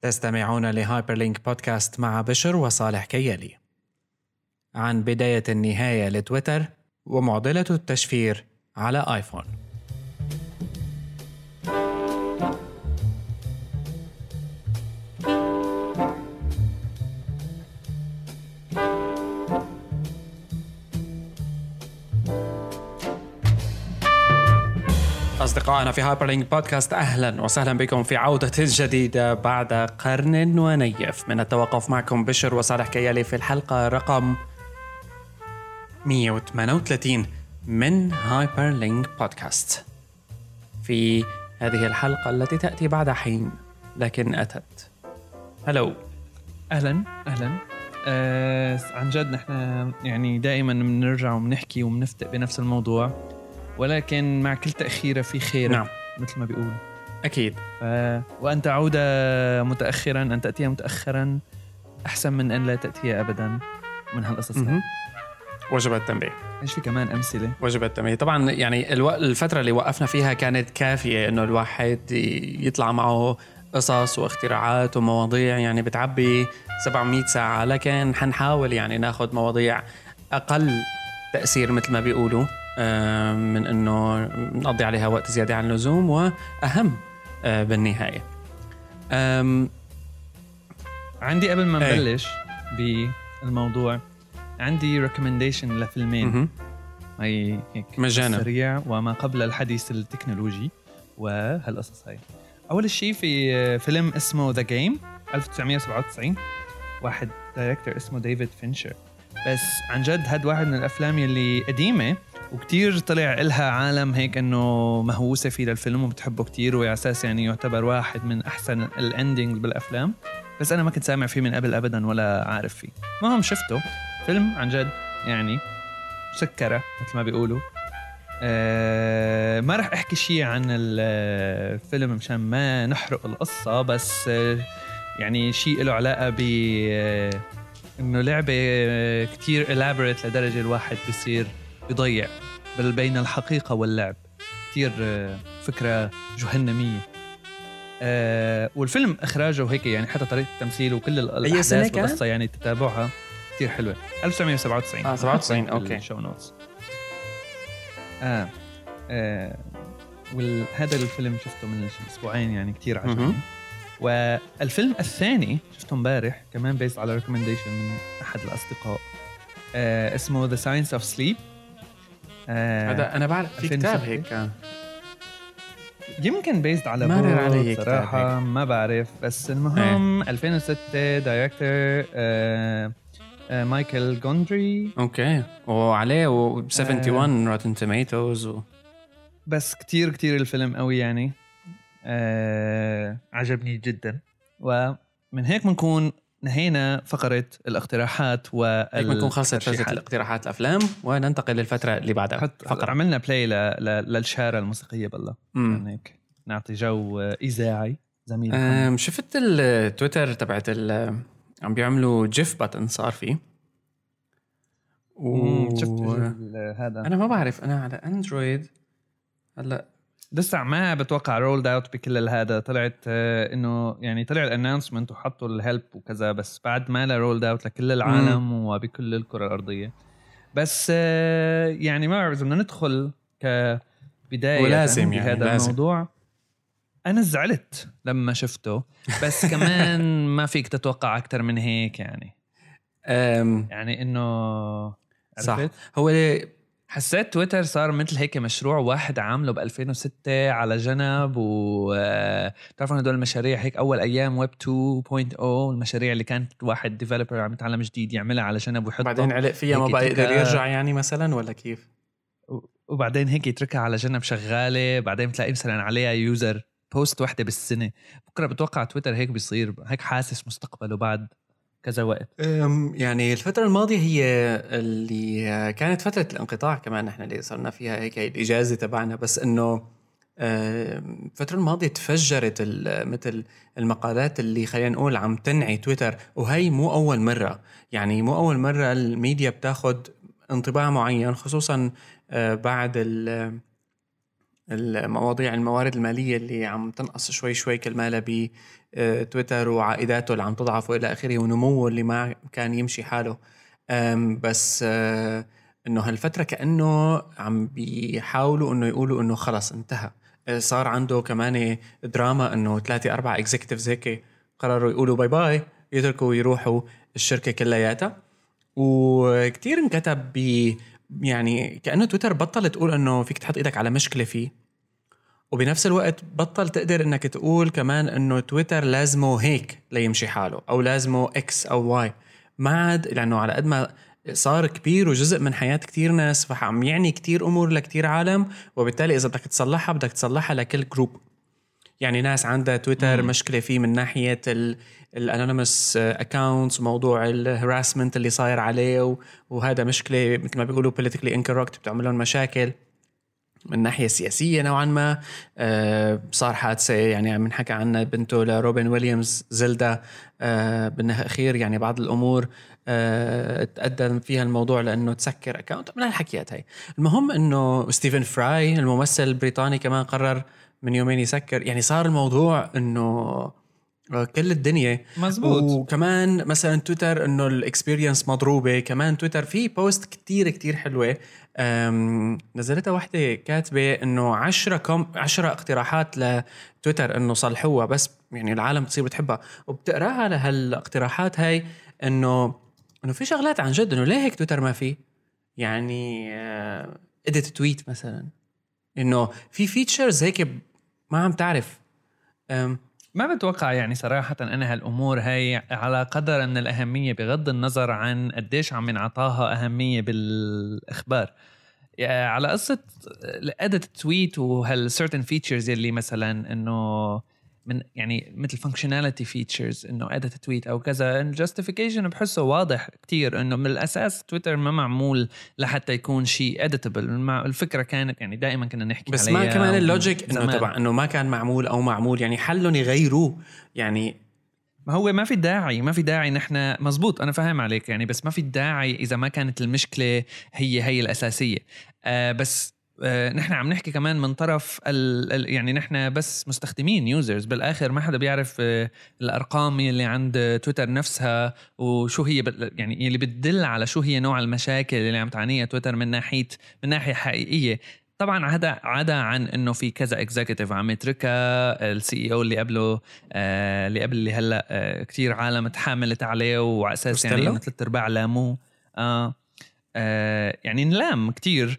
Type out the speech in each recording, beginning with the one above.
تستمعون لهايبرلينك بودكاست مع بشر وصالح كيالي عن بداية النهاية لتويتر ومعضلة التشفير على آيفون. أصدقائنا في هايبرلينك بودكاست، أهلا وسهلا بكم في عودة جديدة بعد قرن ونيف من التوقف. معكم بشر وصالح كيالي في الحلقة رقم 138 من هايبرلينك بودكاست. في هذه الحلقة التي تأتي بعد حين لكن أتت. هلو، أهلا. عن جد نحن يعني دائما بنرجع وبنحكي وبنفتق بنفس الموضوع، ولكن مع كل تأخيرة في خير. نعم، مثل ما بيقول أكيد. وأن تعود متأخرا، أن تأتي متأخرا أحسن من أن لا تأتي أبدا. من هالقصص وجب التنبيه. إيش في كمان أمثلة؟ وجب التنبيه طبعا. يعني الفترة اللي وقفنا فيها كانت كافية إنه الواحد يطلع معه قصص واختراعات ومواضيع يعني بتعبي 700 ساعة، لكن حنحاول يعني ناخد مواضيع أقل تأثير مثل ما بيقولوا، من إنه نقضي عليها وقت زيادة عن اللزوم، وأهم بالنهاية. عندي قبل ما نبلش بالموضوع عندي recommendation لفيلمين هي هيك مجانا سريع وما قبل الحديث التكنولوجي وهالقصص هاي. أول شيء في فيلم اسمه The Game 1997، واحد دايركتور اسمه ديفيد فينشر. بس عن جد هاد واحد من الأفلام يلي قديمة وكتير طلع إلها عالم هيك إنه مهووسة فيه للفيلم وبتحبه كتير، وعساس يعني يعتبر واحد من أحسن الأندينج بالأفلام. بس أنا ما كنت سامع فيه من قبل أبدا ولا عارف فيه. المهم شفته فيلم عن جد يعني سكرة مثل ما بيقولوا. ما رح أحكي شيء عن الفيلم مشان ما نحرق القصة، بس يعني شيء له علاقة ب إنه لعبة كتير elaborate لدرجة الواحد بيصير يضيع بين الحقيقة واللعب. كتير فكرة جهنمية. والفيلم إخراجه هيك يعني حتى طريقة التمثيل وكل الأحداث والقصة يعني تتابعها كتير حلوة. 1997. 97 أوكي. شو نوتس. وهذا الفيلم شفته من أسبوعين يعني كتير عجبني. والفيلم الثاني شفته امبارح كمان بيست على recommendation من أحد الأصدقاء، اسمه The Science of Sleep. هذا أنا بعرف في كتاب هيك يمكن بيست على بوك صراحة ما بعرف، بس المهم 2006 دايركتور مايكل غوندري. اوكي، وعليه 71 روتن توميتوز بس كتير الفيلم قوي يعني. عجبني جدا. ومن هيك بنكون نهينا فقرة الاقتراحات هيك بنكون خلصت فترة الاقتراحات الأفلام، وننتقل للفترة اللي بعدها. فقرة عملنا بلاي للشارة الموسيقية بالله يعني هيك نعطي جو إذاعي زميل. شفت التويتر تبعت عم بيعملوا جيف باتن صار فيه شفت هذا. أنا ما بعرف، أنا على أندرويد هلا لسه ما بتوقع رولد اوت بكل هذا. طلعت انه يعني طلع الاناونسمنت وحطوا الهيلب وكذا، بس بعد ما لا رولد اوت لكل العالم وبكل الكرة الأرضية. بس يعني ما بعرف إذا بدنا ندخل كبداية ولازم يعني يعني هذا لازم. الموضوع. أنا زعلت لما شفته، بس كمان ما فيك تتوقع أكتر من هيك يعني. يعني إنه صح. هو حسيت تويتر صار مثل هيك مشروع واحد عامله ب2006 على جنب، وتعرفون هدول المشاريع هيك أول أيام ويب 2.0، المشاريع اللي كانت واحد ديفلوبر عم يتعلم جديد يعملها على جنب ويحطها، بعدين علق فيها ما بقى يقدر يرجع يعني مثلا، ولا كيف؟ وبعدين هيك يتركها على جنب شغالة. بعدين بتلاقي مثلا عليها يوزر بوست واحدة بالسنة. بكرة بتوقع تويتر هيك بيصير، هيك حاسس مستقبله بعد كذا وقت. يعني الفترة الماضية هي اللي كانت فترة الانقطاع كمان، نحن اللي صرنا فيها هيك الإجازة تبعنا. بس إنه الفترة الماضية تفجرت مثل المقالات اللي خلينا نقول عم تنعي تويتر، وهي مو أول مرة. يعني مو أول مرة الميديا بتاخد انطباع معين، خصوصا بعد المواضيع الموارد المالية اللي عم تنقص شوي شوي كل مالها بتويتر وعائداته اللي عم تضعف وإلى آخره ونموه اللي ما كان يمشي حاله. بس إنه هالفترة كأنه عم بيحاولوا إنه يقولوا إنه خلاص انتهى. صار عنده كمان دراما إنه 3-4 executives هيك قرروا يقولوا باي باي، يتركوا ويروحوا الشركة كلياتها. وكتير انكتب يعني كأنه تويتر بطل تقول انه فيك تحط ايدك على مشكلة فيه، وبنفس الوقت بطل تقدر انك تقول كمان انه تويتر لازمه هيك ليمشي حاله او لازمه اكس او واي. ما عاد، لانه على قد ما صار كبير وجزء من حياة كتير ناس فعم يعني كتير امور لكتير عالم، وبالتالي اذا بدك تصلحها بدك تصلحها لكل جروب. يعني ناس عندها تويتر مشكلة فيه من ناحية الانونيمس اكاونتس وموضوع الهراسمنت اللي صاير عليه، وهذا مشكلة مثل ما بيقولوا politically incorrect بتعملهم مشاكل من ناحية سياسية نوعا ما. صار حادثة يعني عم نحكي عنها بنته لروبن ويليامز زلدا بالأخير، يعني بعض الأمور تقدم فيها الموضوع لأنه تسكر أكاونت من هالحكيات هاي. المهم أنه ستيفن فراي الممثل البريطاني كمان قرر من يومين يسكر. يعني صار الموضوع أنه كل الدنيا مزبوط. وكمان مثلا تويتر انه الاكسبيرينس مضروبه. كمان تويتر في بوست كتير كتير حلوه نزلتها واحده كاتبه انه 10 اقتراحات لتويتر انه صلحوها، بس يعني العالم تصير بتحبها وبتقراها لهالاقتراحات هاي. انه في شغلات عن جد انه ليه هيك تويتر ما في يعني اديت تويت مثلا، انه في فيتشرز هيك ما عم تعرف. ما بتوقع يعني صراحة أنا هالأمور هاي على قدر من الأهمية بغض النظر عن قديش عم ينعطاها أهمية بالإخبار. يعني على قصة الأدت تويت وهالcertain features اللي مثلا إنه من يعني مثل functionality features إنه edit تويت أو كذا، الjustification بحسه واضح كتير إنه من الأساس تويتر ما معمول لحتى يكون شيء editable. الفكرة كانت يعني دائما كنا نحكي بس عليها، ما كمان اللوجيك إنه تبع إنه ما كان معمول أو معمول، يعني حلهم يغيروه يعني. ما هو ما في داعي نحن مزبوط. أنا فاهم عليك يعني، بس ما في داعي إذا ما كانت المشكلة هي الأساسية. بس نحن عم نحكي كمان من طرف يعني نحن بس مستخدمين يوزرز بالآخر. ما حدا بيعرف الأرقام اللي عند تويتر نفسها وشو هي يعني اللي بتدل على شو هي نوع المشاكل اللي عم تعانيها تويتر من ناحية حقيقية. طبعا عدا عن انه في كذا اكزيكتيف عم يتركها، السي او اللي قبله اللي قبل اللي هلا كتير عالم تحاملت عليه وعلى اساس يعني انه 3/4 لاموه. يعني نلام كتير.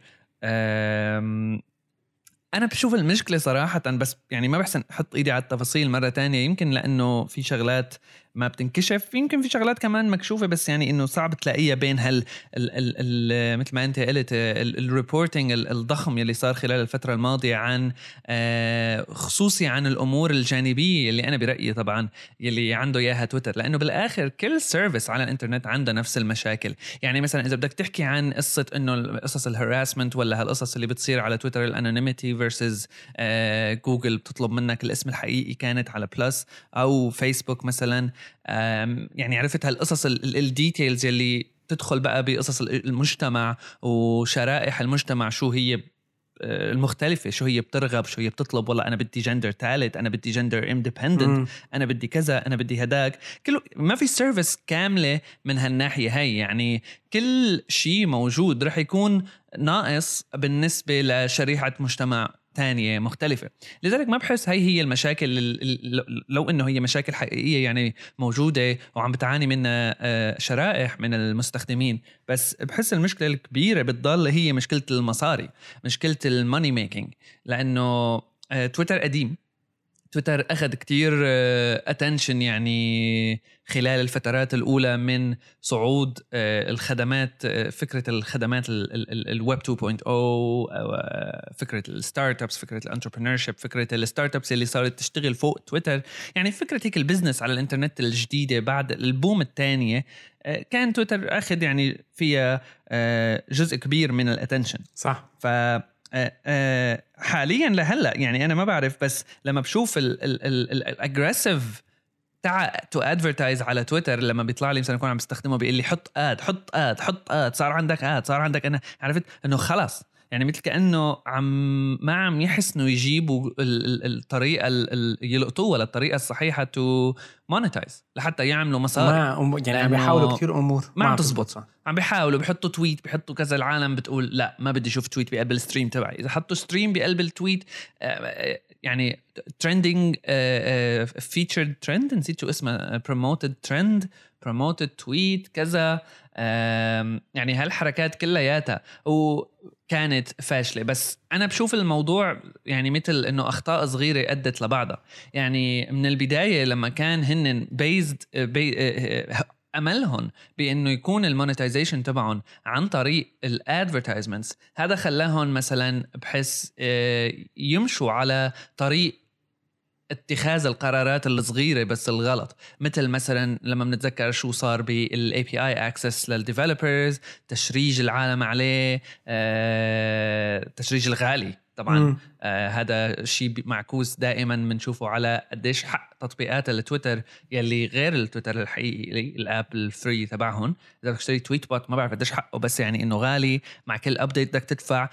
أنا بشوف المشكلة صراحة، بس يعني ما بحسن أحط إيدي على التفاصيل مرة تانية، يمكن لأنه في شغلات ما بتنكشف، يمكن في شغلات كمان مكشوفة بس يعني إنه صعب تلاقيها بين مثل ما أنت قلت الريبورتينج الضخم يلي صار خلال الفترة الماضية عن خصوصي عن الأمور الجانبية اللي أنا برأيي طبعا يلي عنده إياها تويتر. لأنه بالآخر كل سيرفيس على الإنترنت عنده نفس المشاكل. يعني مثلا إذا بدك تحكي عن قصة إنه قصص الهراسمنت ولا هالقصص اللي بتصير على تويتر الانونيميتي versus جوجل بتطلب منك الاسم الحقيقي كانت على بلس أو فيسبوك مثلا، يعني عرفت هالقصص الديتيلز اللي تدخل بقى بقصص المجتمع وشرائح المجتمع، شو هي المختلفة، شو هي بترغب، شو هي بتطلب. والله أنا بدي جندر تالت، أنا بدي جندر اندبندنت، أنا بدي كذا، أنا بدي هداك. كله ما في سيرفيس كاملة من هالناحية هاي. يعني كل شيء موجود رح يكون ناقص بالنسبة لشريحة مجتمع تانية مختلفة. لذلك ما بحس هي المشاكل لو إنه هي مشاكل حقيقية يعني موجودة وعم بتعاني منها شرائح من المستخدمين، بس بحس المشكلة الكبيرة بتضل هي مشكلة المصاري، مشكلة الماني ميكينج. لأنه تويتر قديم، تويتر أخذ كتير attention يعني خلال الفترات الأولى من صعود الخدمات، فكرة الخدمات الويب 2.0، فكرة الستارت ابس، فكرة الانتربرنورشيب، فكرة الستارت ابس اللي صارت تشتغل فوق تويتر. يعني فكرة هيك البزنس على الانترنت الجديدة بعد البوم الثانية كان تويتر أخذ يعني فيها جزء كبير من الاتنشن. صح. حاليا لهلا يعني انا ما بعرف، بس لما بشوف الاجريسيف تاع تو ادفرتايز على تويتر، لما بيطلع لي مثلا اكون عم بستخدمه بيقول لي حط اد، صار عندك اد، صار عندك، انا عرفت انه خلاص يعني مثل كأنه ما عم يحسنوا يجيبوا الطريقة يلقطوها للطريقة الصحيحة تو مونيتايز لحتى يعملوا مصاري. يعني عم بيحاولوا كتير امور ما عم تزبط. عم بيحاولوا بيحطوا تويت، بيحطوا كذا، العالم بتقول لا ما بدي اشوف تويت بقلب الستريم تبعي. اذا حطوا ستريم بقلب التويت يعني ترندينج فيتشرد ترند، نسيت شو اسمه، بروموتد ترند، بروموتد تويت كذا، يعني هالحركات كلياتها وكانت فاشلة. بس أنا بشوف الموضوع يعني مثل إنه أخطاء صغيرة أدت لبعضها. يعني من البداية لما كان هن أملهم بأنه يكون المونيتايزيشن تبعهم عن طريق الادفيرتايزمنتس، هذا خلاهم مثلا بحس يمشوا على طريق اتخاذ القرارات الصغيرة بس الغلط. مثلا لما بنتذكر شو صار بالاي بي اي اكسس للديفلوبرز، تشريج العالم عليه، تشريج الغالي طبعا. هذا شيء معكوس دائما بنشوفه على قديش حق تطبيقات التويتر يلي غير التويتر الحقيقي، الاب الفري تبعهم. اذا بدك تشتري تويت بوت ما بعرف قديش حقه، بس يعني انه غالي، مع كل ابديت بدك تدفع.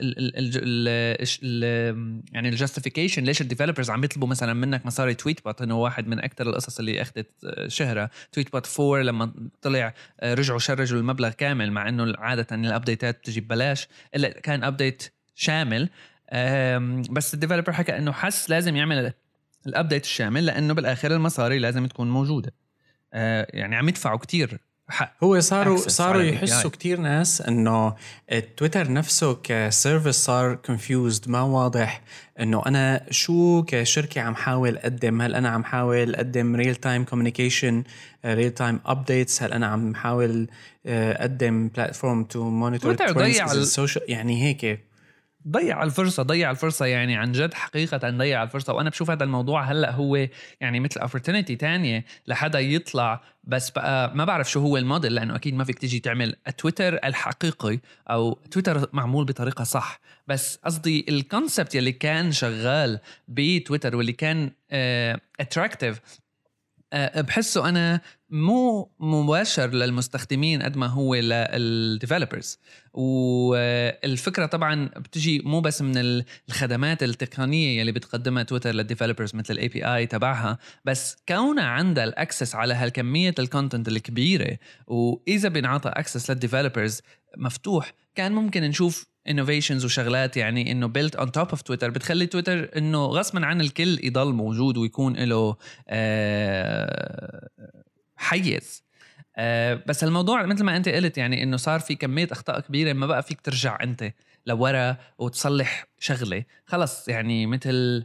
يعني الجاستيفيكيشن ليش الديفلوبرز عم يطلبوا مثلا منك مصاري تويت بوت، انه واحد من اكثر القصص اللي اخذت شهرة. تويت بوت 4 لما طلع رجعوا شرجوا المبلغ كامل، مع انه عادة الابديتات بتجي ببلاش، الا كان ابديت شامل. بس الديفلوبر حكى انه حس لازم يعمل الابديت الشامل لانه بالاخر المصاري لازم تكون موجوده. يعني عم يدفعوا كتير حق. هو صاروا يحسوا كتير ناس انه التويتر نفسه كسيرفيس صار confused، ما واضح انه انا شو كشركه عم حاول اقدم. هل انا عم حاول اقدم ريل تايم كوميونيكيشن، ريل تايم ابديتس؟ هل انا عم حاول اقدم بلاتفورم تو مونيتور السوشيال؟ يعني هيك ضيع الفرصة يعني عن جد حقيقة ضيع الفرصة. وأنا بشوف هذا الموضوع هلأ هو يعني مثل opportunity تانية لحدا يطلع. بس بقى ما بعرف شو هو الموديل، لأنه أكيد ما فيك تيجي تعمل تويتر الحقيقي أو تويتر معمول بطريقة صح. بس قصدي الكونسبت يلي كان شغال بتويتر واللي كان attractive، بحسه أنا مو مباشر للمستخدمين قد ما هو للديفلوبرز. والفكرة طبعا بتجي مو بس من الخدمات التقنية اللي بتقدمها تويتر للديفلوبرز مثل الاي بي اي تبعها، بس كونها عندها الاكسس على هالكمية الكونتنت الكبيرة، وإذا بنعطى اكسس للديفلوبرز مفتوح، كان ممكن نشوف innovations وشغلات يعني انه built on top of Twitter بتخلي تويتر انه غصبا عن الكل يضل موجود ويكون له حيز. بس الموضوع مثل ما انت قلت يعني انه صار في كمية اخطاء كبيرة، ما بقى فيك ترجع انت لورا وتصلح شغلة. خلص يعني مثل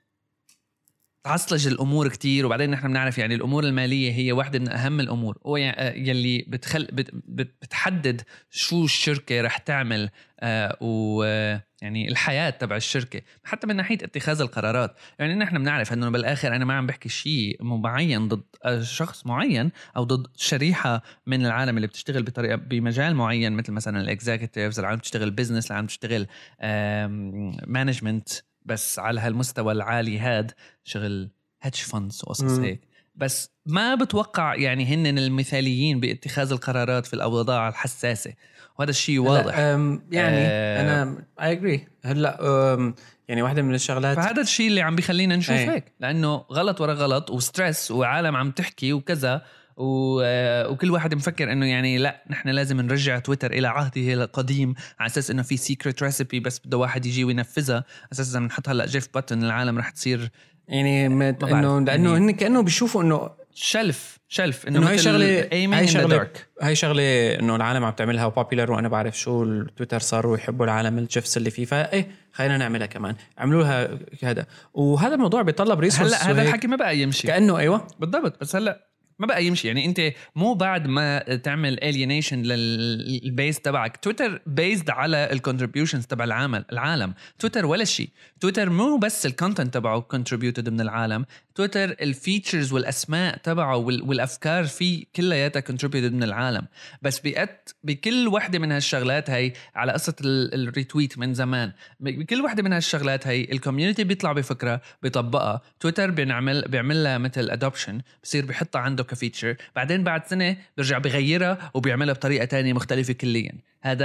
تعصلج الامور كتير. وبعدين نحن بنعرف يعني الامور الماليه هي واحده من اهم الامور، يلي بتحدد شو الشركه رح تعمل ويعني الحياه تبع الشركه، حتى من ناحيه اتخاذ القرارات. يعني نحن بنعرف انه بالاخر انا ما عم بحكي شيء معين ضد شخص معين او ضد شريحه من العالم اللي بتشتغل بطريقه بمجال معين، مثل مثلا الاكزيكتيفز اللي عم تشتغل بزنس، اللي عم تشتغل مانجمنت بس على هالمستوى العالي، هاد شغل هيدج فاندز وقصص هيك. بس ما بتوقع يعني هن المثاليين باتخاذ القرارات في الأوضاع الحساسة، وهذا الشيء واضح. يعني أنا I agree. هلأ يعني واحدة من الشغلات، فهذا الشيء اللي عم بيخلينا نشوف هيك، لأنه غلط ورا غلط وستريس وعالم عم تحكي وكذا، وكل واحد مفكر انه يعني لا نحن لازم نرجع تويتر الى عهده القديم على اساس انه في سيكريت ريسيبي بس بده واحد يجي وينفذها، اساسا بنحط هلا جيف باتن العالم رح تصير يعني انه لانه هن كانه بيشوفوا انه شلف انه هاي شغله انه العالم عم تعملها وبوبيلر، وانا بعرف شو التويتر صاروا يحبوا العالم الجيفس اللي فيه، فايه خلينا نعملها كمان، عملوها هذا. وهذا الموضوع بيطلب ريسورس. هلا هذا الحكي ما بقى يمشي كانه ايوه بالضبط، بس هلا ما بقى يمشي. يعني انت مو بعد ما تعمل alienation للبيز تبعك. تويتر بيزد على الكونتريبيوشنز تبع العالم. تويتر ولا شيء. تويتر مو بس الكونتنت تبعه contributed من العالم، تويتر الفيتشرز والاسماء تبعه والافكار فيه كلياتها contributed من العالم. بس بكل وحده من هالشغلات هاي، على قصه الريتويت من زمان، بكل وحده من هالشغلات هاي الكوميونتي بيطلع بفكره بيطبقها. تويتر بيعمل لها مثل ادوبشن، بصير بيحطها عنده كفيتشر، بعدين بعد سنه بيرجع بيغيرها وبيعملها بطريقه تانية مختلفه كليا. هذا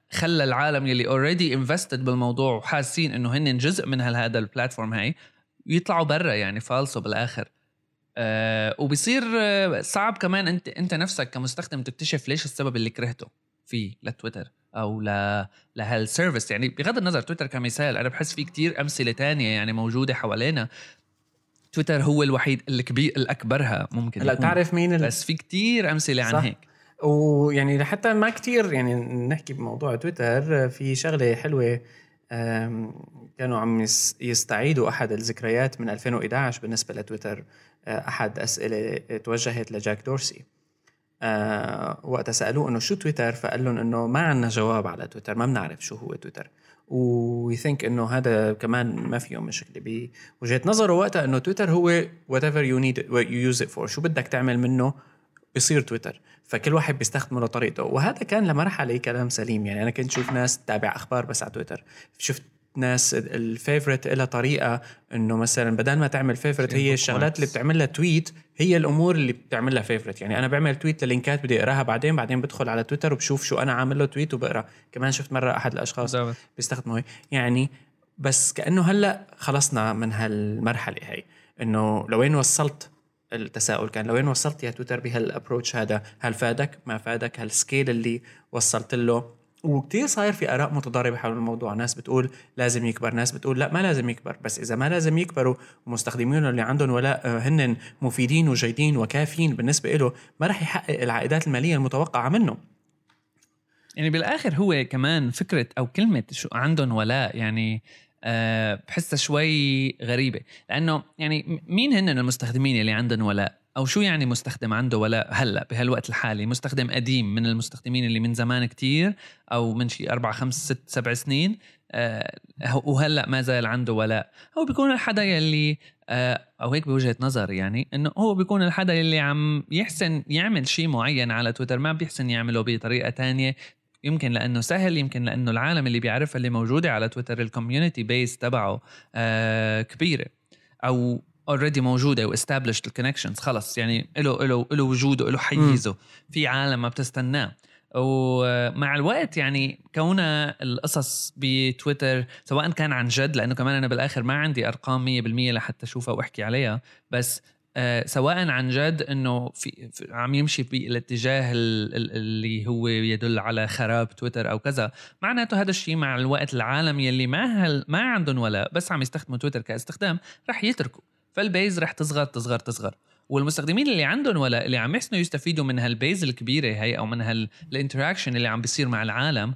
خلى العالم يلي اوريدي انفستد بالموضوع وحاسين انه هن جزء من هذا البلاتفورم هاي يطلعوا برا، يعني فالصوا بالاخر. وبيصير صعب كمان انت نفسك كمستخدم تكتشف ليش السبب اللي كرهته فيه لتويتر او لهالسيرفيس. يعني بغض النظر تويتر كمثال، انا بحس في كتير امثله تانية يعني موجوده حوالينا. تويتر هو الوحيد الكبير الاكبرها ممكن لا تعرف مين بس في كتير امثله عن هيك. ويعني لحتى ما كتير يعني نحكي بموضوع تويتر، في شغله حلوه كانوا عم يستعيدوا احد الذكريات من 2011 بالنسبه لتويتر. احد اسئله توجهت لجاك دورسي وقت سالوه انه شو تويتر، فقال لهم انه ما عندنا جواب على تويتر، ما بنعرف شو هو تويتر. ويثينك انه هذا كمان ما فيه مشكله بوجهه نظره وقتها، انه تويتر هو whatever you need you use it for، شو بدك تعمل منه بيصير تويتر، فكل واحد بيستخدمه لطريقته. وهذا كان لمرحله كلام سليم. يعني انا كنت شوف ناس تتابع اخبار بس على تويتر، شفت ناس الفيفورت إلها طريقه انه مثلا بدل ما تعمل فيفورت هي الشغلات اللي بتعملها تويت هي الامور اللي بتعملها فيفورت. يعني انا بعمل تويت للينكات بدي اقراها بعدين بدخل على تويتر وبشوف شو انا عامل له تويت وبقرا. كمان شفت مره احد الاشخاص بيستخدموا يعني. بس كانه هلا خلصنا من هالمرحله هي، انه لوين وصلت التساؤل كان لوين وصلت يا تويتر بهالابروتش هذا؟ هل فادك ما فادك؟ هل سكيل اللي وصلت له؟ وكتير صاير في آراء متضاربة حول الموضوع. ناس بتقول لازم يكبر، ناس بتقول لا ما لازم يكبر. بس إذا ما لازم يكبروا ومستخدمينه اللي عندهم ولا هن مفيدين وجيدين وكافيين بالنسبة له، ما رح يحقق العائدات المالية المتوقعة منه. يعني بالآخر هو كمان فكرة أو كلمة شو عندهم ولاء، يعني بحسها شوي غريبة، لأنه يعني مين هن المستخدمين اللي عندهم ولاء؟ أو شو يعني مستخدم عنده ولاء هلأ بهالوقت الحالي؟ مستخدم قديم من المستخدمين اللي من زمان كتير أو من شي 4 5 6 7 سنين وهلأ ما زال عنده ولاء؟ هو بيكون الحدا يلي أو هيك بوجهة نظر، يعني إنه هو بيكون الحدا يلي عم يحسن يعمل شيء معين على تويتر ما بيحسن يعمله بطريقة تانية. يمكن لأنه سهل، يمكن لأنه العالم اللي بيعرفها اللي موجودة على تويتر الكوميونيتي بيس تبعه كبيرة أو already موجودة و established الكونكشنز خلص، يعني له وجوده له حيزه في عالم ما بتستناه. ومع الوقت يعني كونها القصص بتويتر سواء كان عن جد، لأنه كمان أنا بالآخر ما عندي أرقام 100% لحتى أشوفها وأحكي عليها، بس سواء عن جد انه في عم يمشي بالاتجاه اللي هو يدل على خراب تويتر او كذا، معناته هذا الشيء مع الوقت العالم يلي ما عندهم ولا بس عم يستخدموا تويتر كاستخدام رح يتركوا، فالبيز رح تصغر. والمستخدمين اللي عندهم ولا اللي عم يحسنوا يستفيدوا من هالبيز الكبيره هي او من هالانتراكشن اللي عم بيصير مع العالم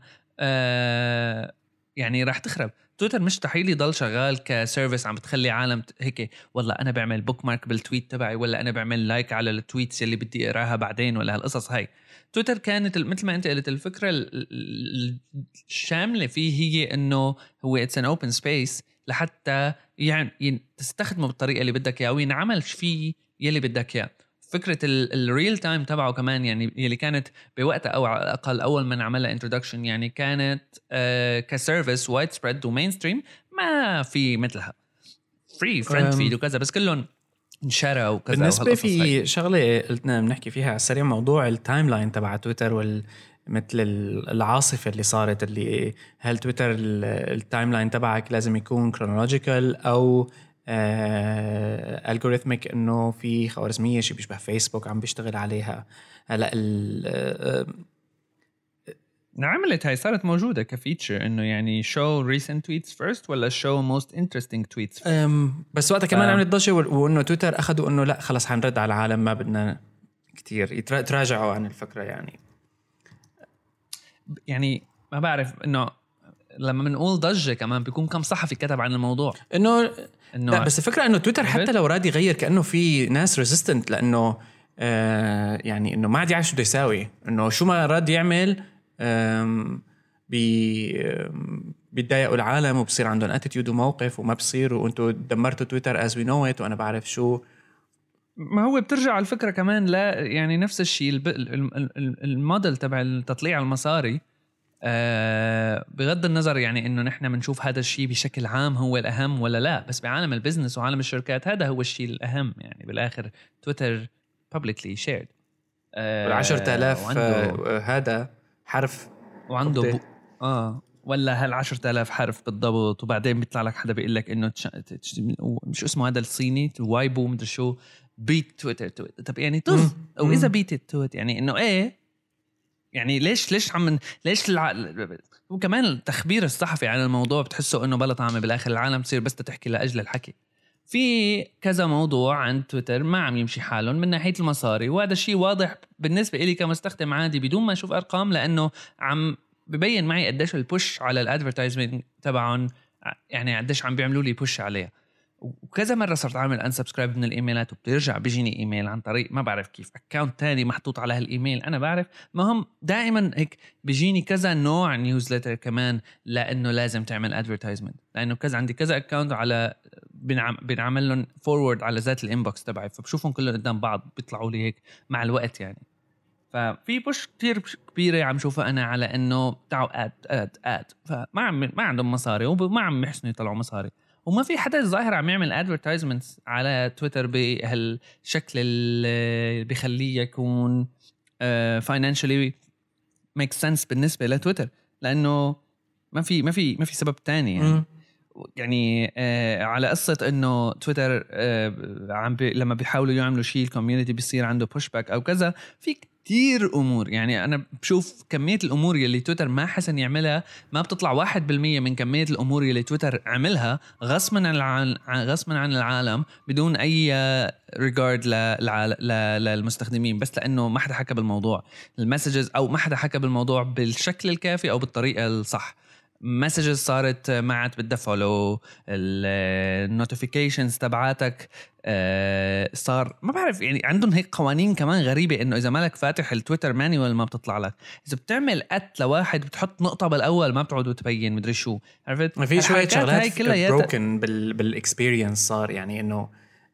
يعني رح تخرب. تويتر مستحيل يضل شغال كسيرفيس عم بتخلي عالم هيك والله انا بعمل بوك مارك بالتويت تبعي، ولا انا بعمل لايك على التويتس اللي بدي اقراها بعدين، ولا هالقصص هاي. تويتر كانت مثل ما انت قلت الفكره الشامله فيه هي انه هو اتس ان اوبن سبيس لحتى يعني تستخدمه بالطريقه اللي بدك اياه وينعمل فيه يلي بدك اياه. فكرة الريل تايم تبعه كمان يعني يلي كانت بوقتها أو على الأقل أول ما نعملها انترودكشن يعني كانت كسيرفيس وايد سبريد ومين ستريم ما في مثلها فري فريند فيد وكذا، بس كلهم انشروا وكذا. بالنسبة في شغلة قلتنا بنحكي فيها على السريع، موضوع التايم لاين تبع تويتر مثل العاصفة اللي صارت، اللي هل تويتر التايم لاين تبعك لازم يكون كرونولوجيكال أو الجوريثميك، انه في خوارزميه شيء بيشبه فيسبوك عم بيشتغل عليها. هلا عملت هاي صارت موجوده كفيتشر انه يعني show recent tweets first ولا show most interesting tweets بس وقتها كمان عملت ضجه وانه تويتر اخذوا انه لا خلص حنرد على العالم، ما بدنا كتير يتراجعوا عن الفكره. يعني ما بعرف انه لما بنقول ضجه كمان بيكون كم صحفي كتب عن الموضوع انه لا، بس الفكره انه تويتر حتى لو راد يغير كانه في ناس ريزيستنت، لانه يعني انه ما عاد يعرف شو بده يساوي، انه شو ما راد يعمل بيتضايقوا العالم وبصير عندهم اتيتيود وموقف وما بصير، وانتوا دمرتوا تويتر as we know it وانا بعرف شو. ما هو بترجع على الفكره كمان لا يعني نفس الشيء الموديل تبع التطليع المصاري بغض النظر يعني انه نحن بنشوف هذا الشيء بشكل عام هو الاهم ولا لا، بس بعالم البزنس وعالم الشركات هذا هو الشيء الاهم. يعني بالاخر تويتر publicly shared 10,000 هذا حرف وعنده ولا هال 10,000 حرف بالضبط، وبعدين بيطلع لك حدا بيقول لك انه مش اسمه هذا الصيني وايبو مدري شو بيت تويتر. طب يعني طز، او اذا بيت تويت يعني انه ايه يعني ليش وكمان التخبير الصحفي عن الموضوع بتحسه انه بلا طعمه بالاخر. العالم تصير بس تحكي لاجل الحكي. في كذا موضوع عن تويتر ما عم يمشي حالهم من ناحيه المصاري، وهذا الشيء واضح بالنسبه لي كمستخدم عادي بدون ما اشوف ارقام، لانه عم ببين معي قديش البوش على الادفيرتايزمنت تبعهم، يعني قديش عم بيعملوا لي بوش عليها. وكذا مرة صرت أعمل أنسبسكرايب من الإيميلات وبترجع بيجيني إيميل عن طريق ما بعرف كيف أكاونت تاني محطوط على هالإيميل. أنا بعرف ما هم دائما هيك بيجيني كذا نوع نيوزلتر كمان، لأنه لازم تعمل أدفيرتايزمنت، لأنه كذا عندي كذا أكاونت على بنعمل لهم فورورد على ذات الإنبوكس تبعي، فبشوفهم كلهم قدام بعض بيطلعوا لي هيك مع الوقت يعني. ففي بوش كتير كبيرة عم شوفها أنا على إنه تعوا آد فما عندهم مصاري وما عم يحسنوا يطلعوا مصاري، وما في حدا ظاهر عم يعمل ادفيرتايزمنتس على تويتر بهالشكل اللي بيخليه يكون financially make sense بالنسبة لتويتر، لأنه ما في سبب تاني يعني. يعني على قصة إنه تويتر لما بيحاولوا يعملوا شيء الكوميونتي بيصير عنده push back أو كذا، في كتير أمور. يعني أنا بشوف كمية الأمور يلي تويتر ما حسن يعملها ما بتطلع 1% من كمية الأمور يلي تويتر عملها غصبا عن العالم بدون أي regard للمستخدمين، بس لأنه ما حدا حكى بالموضوع المسجز أو ما حدا حكى بالموضوع بالشكل الكافي أو بالطريقة الصح. مسجز صارت ما عاد بدها فولو، النوتيفيكيشنز تبعاتك صار ما بعرف يعني عندهم هيك قوانين كمان غريبة، انه اذا مالك فاتح التويتر مانيوال ما بتطلع لك، اذا بتعمل لواحد بتحط نقطة بالاول ما بتقعد تبين مدري شو، عرفت؟ في شوية شغلات بروكن بالاكسبيرينس صار، يعني انه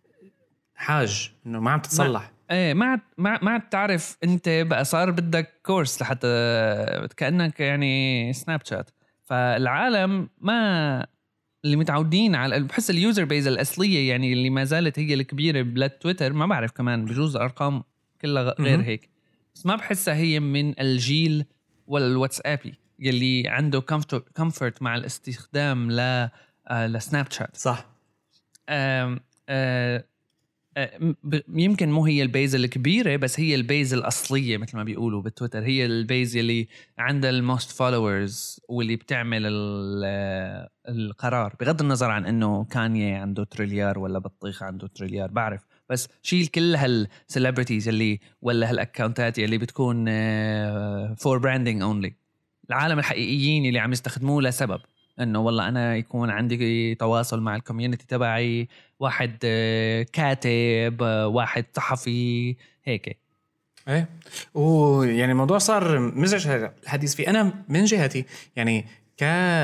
حاج انه ما عم تتصلح. ايه ما تعرف انت بقى صار بدك كورس لحتى كأنك يعني سناب شات. فالعالم ما اللي متعودين على بحس اليوزر بيز الأصلية يعني اللي ما زالت هي الكبيرة بلاد تويتر، ما بعرف كمان بجوز أرقام كلها غير هيك، بس ما بحسها هي من الجيل والواتسابي يلي عنده كومفورت مع الاستخدام لسناب شات. صح. يمكن مو هي البيز الكبيرة، بس هي البيز الأصلية مثل ما بيقولوا بالتويتر، هي البيز اللي عندها الموست فولورز واللي بتعمل القرار، بغض النظر عن انه كانيي عنده تريليار ولا بطيخ عنده تريليار بعرف، بس شيل كل هالسيلبرتيز اللي ولا هالاكاونتات اللي بتكون فور براندينج اونلي. العالم الحقيقيين اللي عم يستخدموه لسبب انه والله انا يكون عندي تواصل مع الكوميونتي تبعي، واحد كاتب، واحد صحفي هيك. ايه ويعني الموضوع صار مزعج الحديث فيه. انا من جهتي يعني ك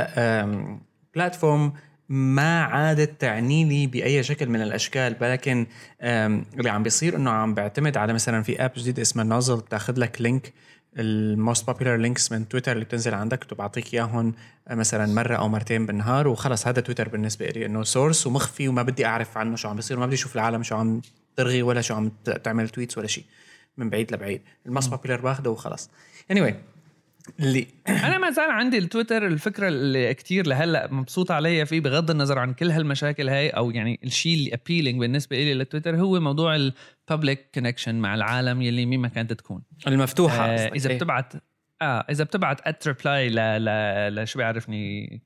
بلاتفورم ما عادت تعني لي باي شكل من الاشكال، ولكن اللي عم بيصير انه عم بعتمد على مثلا في اب جديد اسمه نازل، بتاخذ لك لينك الموست بوبولار لينكس من تويتر اللي بتنزل عندك وبعطيك اياهم مثلا مره او مرتين بالنهار، وخلص هذا تويتر بالنسبه لي انه سورس ومخفي وما بدي اعرف عنه شو عم بيصير، ما بدي اشوف العالم شو عم ترغي ولا شو عم تعمل تويتس ولا شيء، من بعيد لبعيد الموست بوبولار باخده وخلص. anyway اللي انا ما زال عندي التويتر الفكره اللي كتير لهلا مبسوط عليها فيه بغض النظر عن كل هالمشاكل هاي، او يعني الشيء اللي appealing بالنسبه لي للتويتر هو موضوع الببليك كونكشن مع العالم يلي مين ما كانت تكون المفتوحه. اذا بتبعت اذا بتبعت @reply ل شو بيعرفني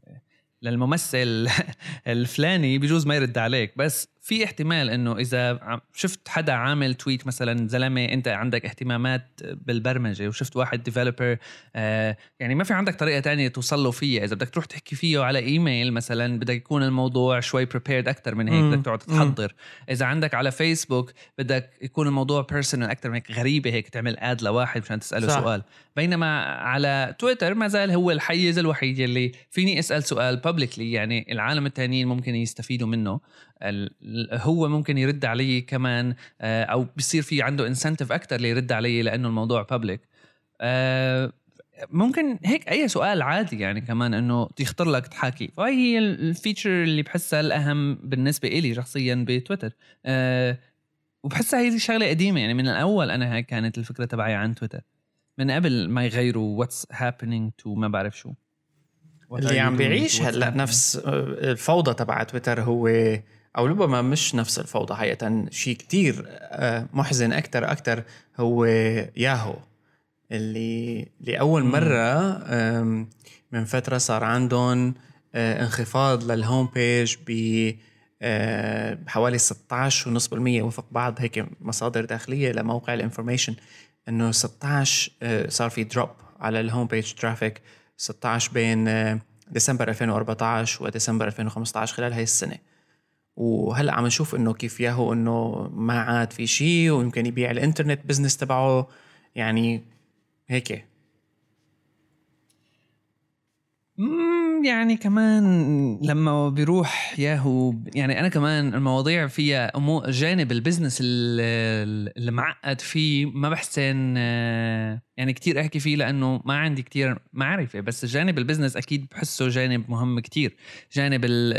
للممثل الفلاني بيجوز ما يرد عليك، بس في احتمال انه اذا شفت حدا عامل تويت مثلا زلمه انت عندك اهتمامات بالبرمجه وشفت واحد ديفلوبر يعني ما في عندك طريقه تانية توصل له فيها، اذا بدك تروح تحكي فيه على ايميل مثلا بدك يكون الموضوع شوي prepared اكتر من هيك، بدك تقعد تحضر. اذا عندك على فيسبوك بدك يكون الموضوع بيرسونال اكتر من هيك، غريبه هيك تعمل اد لواحد عشان تساله صح. سؤال. بينما على تويتر ما زال هو الحيز الوحيد اللي فيني اسال سؤال publicly، يعني العالم التانيين ممكن يستفيدوا منه، هو ممكن يرد علي كمان او بيصير في عنده انسنتيف اكتر ليرد علي لانه الموضوع بابليك. ممكن هيك اي سؤال عادي يعني كمان انه يخطر لك تحكي، فهي هي الفيتشر اللي بحسها الاهم بالنسبه إلي شخصيا بتويتر. وبحسها هي شغله قديمه يعني من الاول، انا هاي كانت الفكره تبعي عن تويتر. من قبل ما يغيروا what's happening to ما بعرف شو اللي عم بيعيش هلا نفس الفوضى تبع تويتر هو، أو ربما مش نفس الفوضى حقيقة، شيء كتير محزن أكتر هو ياهو اللي لأول مرة من فترة صار عندهم انخفاض للهوم بيج بحوالي 16.5% وفق بعض هيك مصادر داخلية لموقع الانفورميشن، انه 16 صار في دروب على الهوم بيج ترافيك 16 بين ديسمبر 2014 وديسمبر 2015 خلال هاي السنة. وهلأ عم نشوف انه كيف ياهو انه ما عاد في شيء ويمكن يبيع الانترنت بزنس تبعه يعني هيك. يعني كمان لما بيروح ياهو يعني أنا كمان المواضيع فيها جانب البزنس اللي معقد فيه ما بحسن يعني كتير أحكي فيه لأنه ما عندي كتير معرفة، بس جانب البزنس أكيد بحسه جانب مهم كتير، جانب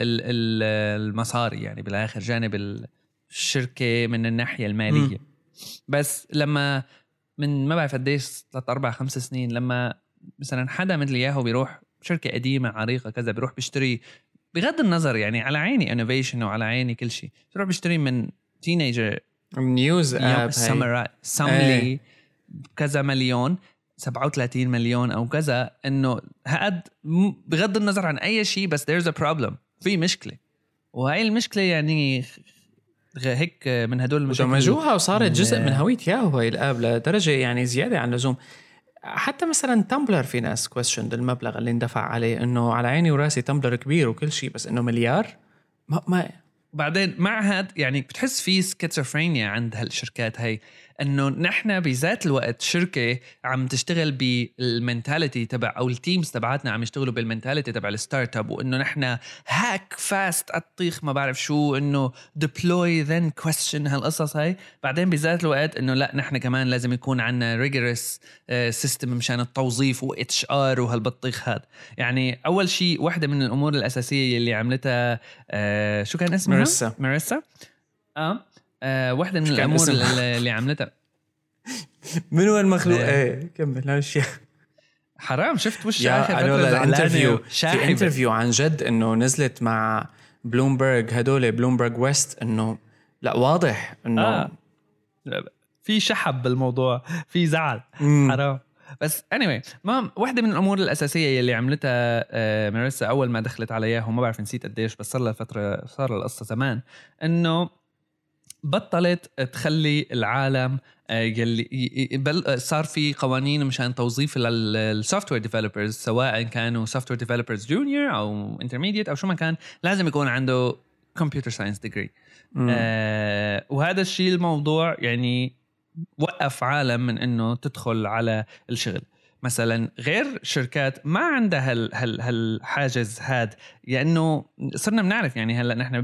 المصاري يعني بالآخر جانب الشركة من الناحية المالية. بس لما من ما بعرف قديش 3-4-5 سنين لما مثلا حدا مثل ياهو بيروح شركة قديمة عريقة كذا بيروح بيشتري بغض النظر يعني على عيني انوفيشن وعلى عيني كل شيء، بيروح بيشتري من تينيجر نيوز اب ساملي كذا مليون 37 مليون او كذا، انه هاد بغض النظر عن اي شيء بس there's a problem، في مشكلة، وهي المشكلة يعني هيك من هدول المشاكل دمجوها وصارت جزء من هوية ياهو هاي الاب لدرجة يعني زيادة عن اللزوم. حتى مثلا تمبلر في ناس كويستشن المبلغ اللي اندفع عليه، انه على عيني وراسي تمبلر كبير وكل شيء بس انه مليار ما بعدين مع هاد يعني بتحس في سكيزوفرينيا عند هالشركات هاي، انه نحن بذات الوقت شركه عم تشتغل بالمنتاليتي تبع او التيمز تبعاتنا عم يشتغلوا بالمنتاليتي تبع الستارت اب، وانه نحن هاك فاست الطيخ ما بعرف شو، انه ديبلوي ذن كويستشن هالقصص هاي. بعدين بذات الوقت انه لا نحن كمان لازم يكون عندنا ريجرس سيستم مشان التوظيف واتش ار وهالبطيخ هاد. يعني اول شيء واحدة من الامور الاساسيه اللي عملتها شو كان اسمها؟ ماريسا. واحدة من الأمور اللي عملتها من وين مخلوق ايه كمل هالشيء حرام. شفت وش آخر فترة في انترفيو عن جد انه نزلت مع بلومبرج، هدول بلومبرج ويست، انه لا واضح انه في شحب بالموضوع، في زعل حرام. بس anyway ما واحدة من الأمور الأساسية اللي عملتها ماريسا أول ما دخلت عليها، وما بعرف نسيت قديش بس صار لها فترة، صار القصة زمان، إنه بطلت تخلي العالم يلي صار في قوانين مشان توظيف السوفتوير ديفلوبرز، سواء كانوا سوفتوير ديفلوبرز جونيور أو انترميديت أو شو ما كان، لازم يكون عنده كمبيوتر ساينس ديجري. وهذا الشيء الموضوع يعني وقف عالم من انه تدخل على الشغل. مثلا غير شركات ما عندها هالحاجز هاد، لانه صرنا بنعرف يعني هلا نحن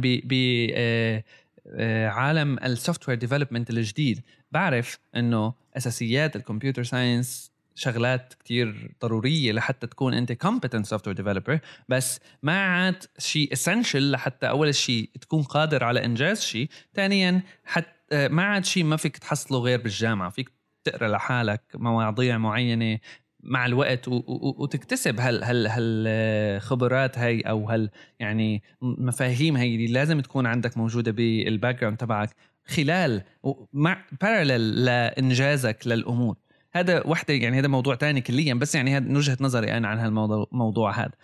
عالم السوفتوير ديفلوبمنت الجديد، بعرف انه اساسيات الكمبيوتر ساينس شغلات كتير ضرورية لحتى تكون انت competent software developer، بس ما عاد شيء essential لحتى اول شيء تكون قادر على انجاز شيء، ثانيا حتى ما عاد شيء ما فيك تحصله غير بالجامعة، فيك تقرأ لحالك مواضيع معينة مع الوقت وتكتسب هالخبرات هاي او يعني مفاهيم هاي اللي لازم تكون عندك موجودة بالباك جراوند تبعك خلال مع بارالل لإنجازك للأمور. هذا وحده يعني هذا موضوع تاني كليا، بس يعني هذا وجهة نظري أنا عن هالموضوع هذا.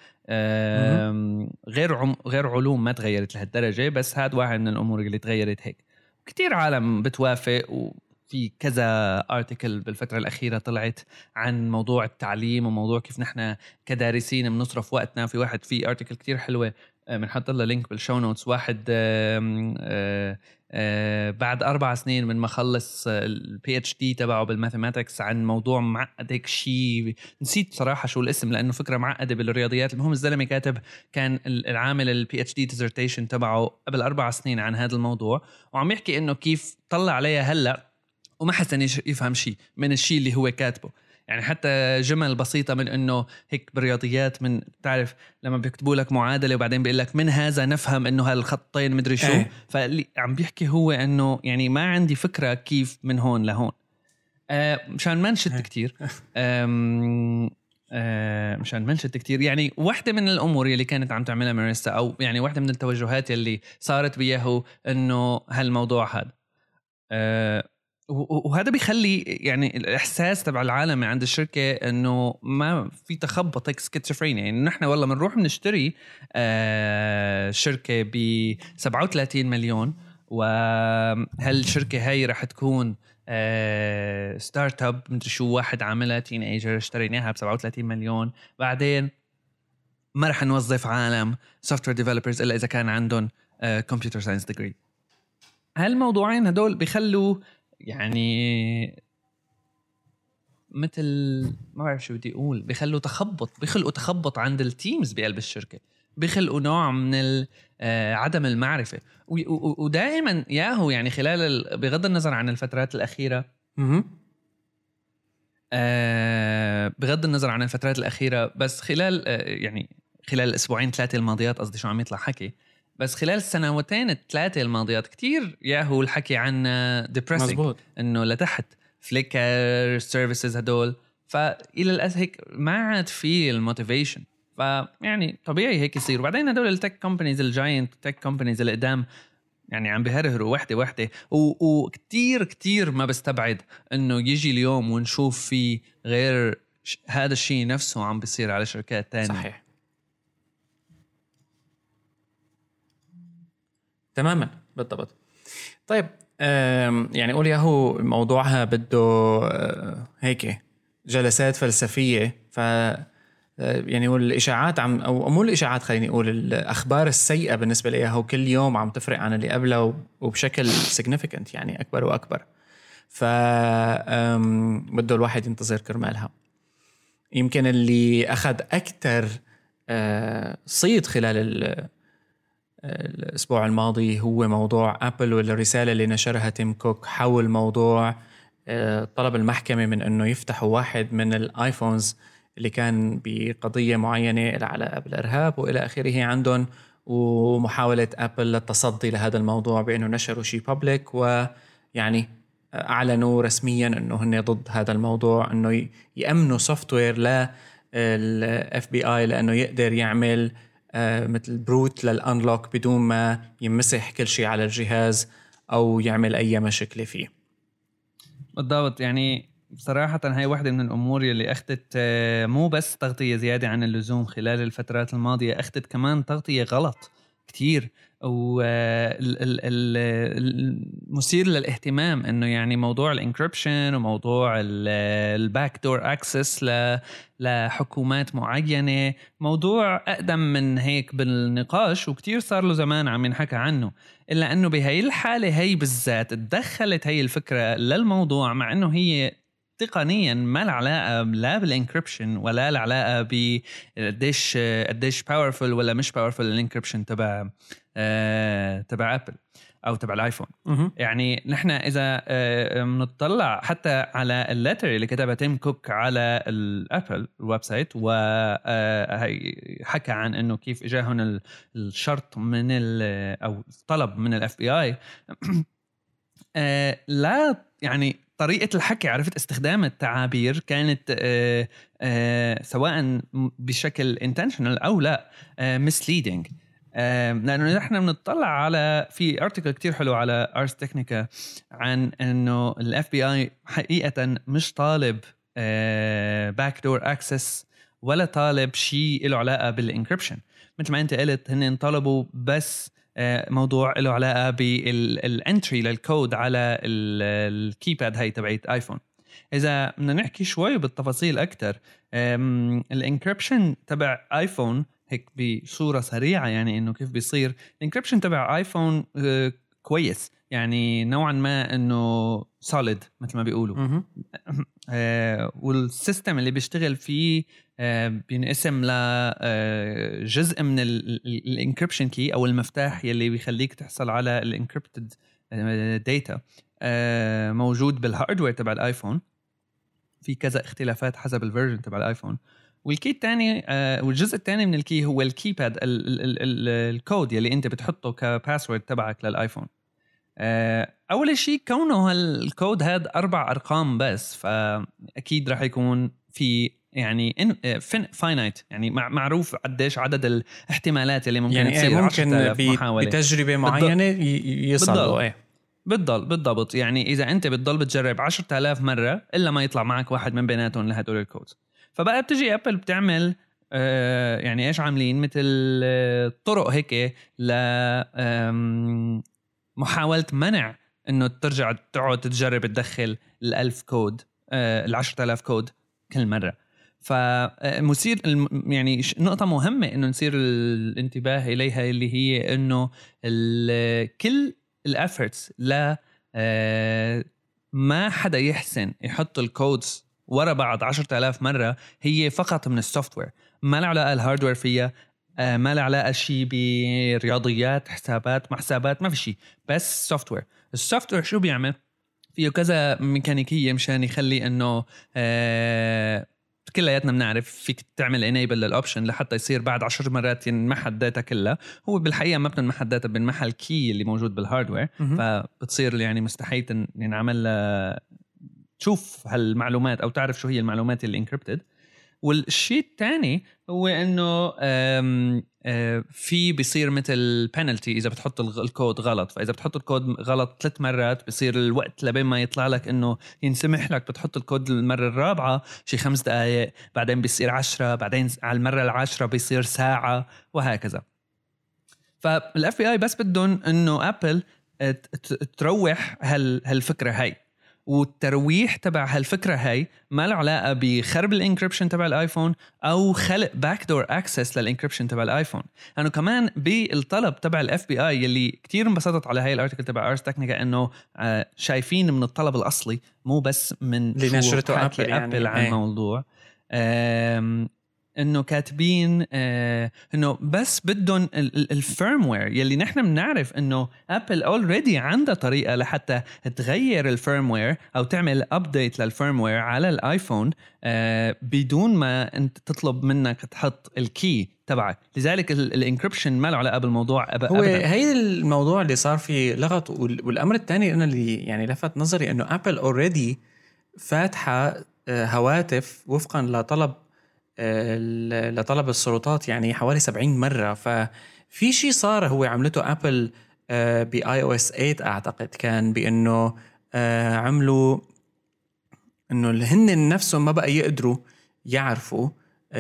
غير علوم ما تغيرت لهالدرجة، بس هذا واحد من الأمور اللي تغيرت هيك. كتير عالم بتوافق، وفي كذا آرتيكل بالفترة الأخيرة طلعت عن موضوع التعليم وموضوع كيف نحن كدارسين بنصرف وقتنا. في واحد في آرتيكل كتير حلوة بنحط لها لينك بالشو نوتس، واحد بعد 4 سنين من ما خلص البي اتش دي تبعه بالماثيماتكس عن موضوع معقد هيك شيء، نسيت صراحة شو الاسم لأنه فكرة معقدة بالرياضيات. المهم الزلمة كاتب كان العامل البي اتش دي ديزرتيشن تبعه قبل 4 سنين عن هذا الموضوع، وعم يحكي إنه كيف طلع عليها هلأ وما حسن يفهم شيء من الشيء اللي هو كاتبه. يعني حتى جمل بسيطة من إنه هيك بالرياضيات، من تعرف لما بيكتبوا لك معادلة وبعدين بيقول لك من هذا نفهم إنه هالخطين مدري شو، فاللي عم بيحكي هو إنه يعني ما عندي فكرة كيف من هون لهون. مشان ما نشت كتير مشان ما نشت كتير يعني واحدة من الأمور اللي كانت عم تعملها ماريستا أو يعني واحدة من التوجهات اللي صارت بيهو إنه هالموضوع هذا وهذا بيخلي يعني الإحساس تبع العالم عند الشركة إنه ما في تخبط سكيزوفرينيا يعني نحن والله بنروح بنشتري شركة ب$37 مليون وهالشركة هاي رح تكون ستارت اب مدري شو واحد عاملها تين ايجر اشتريناها ب$37 مليون بعدين ما رح نوظف عالم سوفتوير ديفلوبرز الا اذا كان عندهم كمبيوتر ساينس ديجري. هالموضوعين هدول بيخلوا يعني مثل ما بعرف شو بدي اقول بيخلوا بيخلقوا تخبط عند التيمز بقلب الشركه بيخلقوا نوع من عدم المعرفة ودائما ياهو يعني خلال بغض النظر عن الفترات الأخيرة بغض النظر عن الفترات الأخيرة بس خلال يعني خلال الأسبوعين 3 الماضيات قصدي شو عم يطلع حكي بس خلال السنواتين 3 الماضيات كتير ياهو الحكي عن depressing إنه لتحت فليكر سيرفيسز هدول فإلى الأسف هيك ما عاد في الموتيفيشن فيعني طبيعي هيك يصير. وبعدين هدول التك كومبانيز الجاينت تك كومبانيز اللي قدام يعني عم بيهرهروا وحده وكتير ما بستبعد انه يجي اليوم ونشوف في غير هذا الشيء نفسه عم بيصير على شركات تانية. صحيح تماما بالضبط. طيب يعني قول ياهو موضوعها بده هيك جلسات فلسفية ف يعني والإشاعات أو مو الإشاعات خليني أقول الأخبار السيئة بالنسبة ليها هو كل يوم عم تفرق عن اللي قبله وبشكل significant يعني أكبر وأكبر بده الواحد ينتظر كرمالها. يمكن اللي أخذ أكتر صيت خلال الأسبوع الماضي هو موضوع أبل والرسالة اللي نشرها تيم كوك حول موضوع طلب المحكمة من أنه يفتحوا واحد من الآيفونز اللي كان بقضية معينة على الإرهاب وإلى آخره عندهم ومحاولة أبل للتصدي لهذا الموضوع بأنه نشروا شيء بابليك ويعني أعلنوا رسميا أنه هن ضد هذا الموضوع أنه يأمنوا سوفتوير لل FBI لأنه يقدر يعمل مثل بروت للأنلوك بدون ما يمسح كل شيء على الجهاز أو يعمل أي مشكلة فيه. بالضبط يعني بصراحة هاي واحدة من الأمور اللي أخذت مو بس تغطية زيادة عن اللزوم خلال الفترات الماضية أخذت كمان تغطية غلط كتير والمثير للاهتمام إنه يعني موضوع الانكريبشن وموضوع الباك دور اكسس لحكومات معينة موضوع أقدم من هيك بالنقاش وكتير صار له زمان عم ينحكى عنه إلا أنه بهاي الحالة هي بالذات تدخلت هاي الفكرة للموضوع مع أنه هي تقنيا ما العلاقة لا بالانكريبشن ولا العلاقة قديش باورفل ولا مش باورفل الانكريبشن تبع أبل أو تبع الآيفون. يعني نحن إذا بنطلع حتى على اللتر اللي كتبها تيم كوك على الأبل الويب سايت وحكى عن إنه كيف إجاهن الشرط من أو طلب من الFBI لا يعني طريقة الحكي عرفت استخدام التعابير كانت سواء بشكل intentional أو لا misleading لأنه نحن بنطلع على في article كتير حلو على Ars Technica عن أنه ال FBI حقيقة مش طالب backdoor access ولا طالب شيء له علاقة بالانكريبشن مثل ما أنت قلت هن طالبوا بس موضوع له علاقة بالانتري للكود على الكيباد هاي تبعت ايفون. إذا بدنا نحكي شوي بالتفاصيل أكتر الانكريبشن تبع ايفون هيك بصورة سريعة يعني إنه كيف بيصير الانكريبشن تبع ايفون كويس يعني نوعا ما إنه solid مثل ما بيقولوا والسيستم اللي بيشتغل فيه بينقسم لجزء من الانكريبشن كي او المفتاح يلي بيخليك تحصل على الانكريبتد داتا موجود بالهاردوير تبع الايفون في كذا اختلافات حسب الفيرجن تبع الايفون والكي الثاني والجزء الثاني من الكي هو الكيباد الكود يلي انت بتحطه كباسورد تبعك للايفون اول شيء كونه هالكود هذا 4 ارقام بس، فاكيد راح يكون في يعني فاينايت، يعني معروف قديش عدد الاحتمالات اللي ممكن يعني تصير. ممكن بتجربه معينه يصلوا بالضبط. يعني اذا انت بتضل بتجرب 10,000 مره الا ما يطلع معك واحد من بيناتهم لهدول الكودز، فبقى بتجي ابل بتعمل يعني ايش عاملين مثل طرق هيك ل محاولة منع انه ترجع تقعد تجرب تدخل 1000 كود 10,000 كود كل مرة. فمصير يعني نقطة مهمة انه نصير الانتباه اليها، اللي هي انه كل الافورتس لا ما حدا يحسن يحط الكودز ورا بعض 10,000 مرة هي فقط من السوفت وير، ما له علاقة الهاردوير فيها، ما له علاقة شيء برياضيات حسابات ما حسابات، ما في شيء، بس سوفت وير. السوفت وير شو بيعمل؟ فيه كذا ميكانيكية مشان يخلي انه كلياتنا بنعرف فيك تعمل enable للأوبشن لحتى يصير بعد 10 مرات ينمحى الداتا كلها. هو بالحقيقة ما بتنمحى الداتا، بنمحى الكي اللي موجود بالهاردوير، فبتصير يعني مستحيل ينعمل تشوف هالمعلومات أو تعرف شو هي المعلومات اللي انكريبتد. والشيء الثاني هو انه في بيصير مثل penalty اذا بتحط الكود غلط. فاذا بتحط الكود غلط 3 مرات بيصير الوقت لبين ما يطلع لك انه ينسمح لك بتحط الكود المره الرابعه شي 5 دقائق، بعدين بيصير 10، بعدين على المره ال10 بيصير ساعه، وهكذا. فالاف بي اي بس بدهم انه ابل تروح هالفكره هاي، والترويح تبع هالفكرة هاي ما له علاقة بخرب الانكريبشن تبع الايفون او خلق باك دور اكسس للانكريبشن تبع الايفون. لانه كمان بالطلب تبع الاف بي اي يلي كتير انبسطت على هاي الارتيكل تبع ارس تكنيكا انه شايفين من الطلب الاصلي مو بس من اللي نشرته ابل يعني عن الموضوع، انه كاتبين انه بس بدهم الفيرموير يلي نحن بنعرف انه ابل اوريدي عندها طريقه لحتى تغير الفيرموير او تعمل ابديت للفيرموير على الايفون بدون ما انت تطلب منك تحط الكي تبعك. لذلك الانكريبشن ما له علاقه بالموضوع هو هي الموضوع اللي صار فيه لغط. والامر الثاني انه اللي يعني لفت نظري انه ابل اوريدي فاتحه هواتف وفقا لطلب السلطات يعني حوالي 70 مرة. ففي شيء صار هو عملته أبل بآي او اس 8 أعتقد كان، بأنه عملوا أنه هن نفسهم ما بقى يقدروا يعرفوا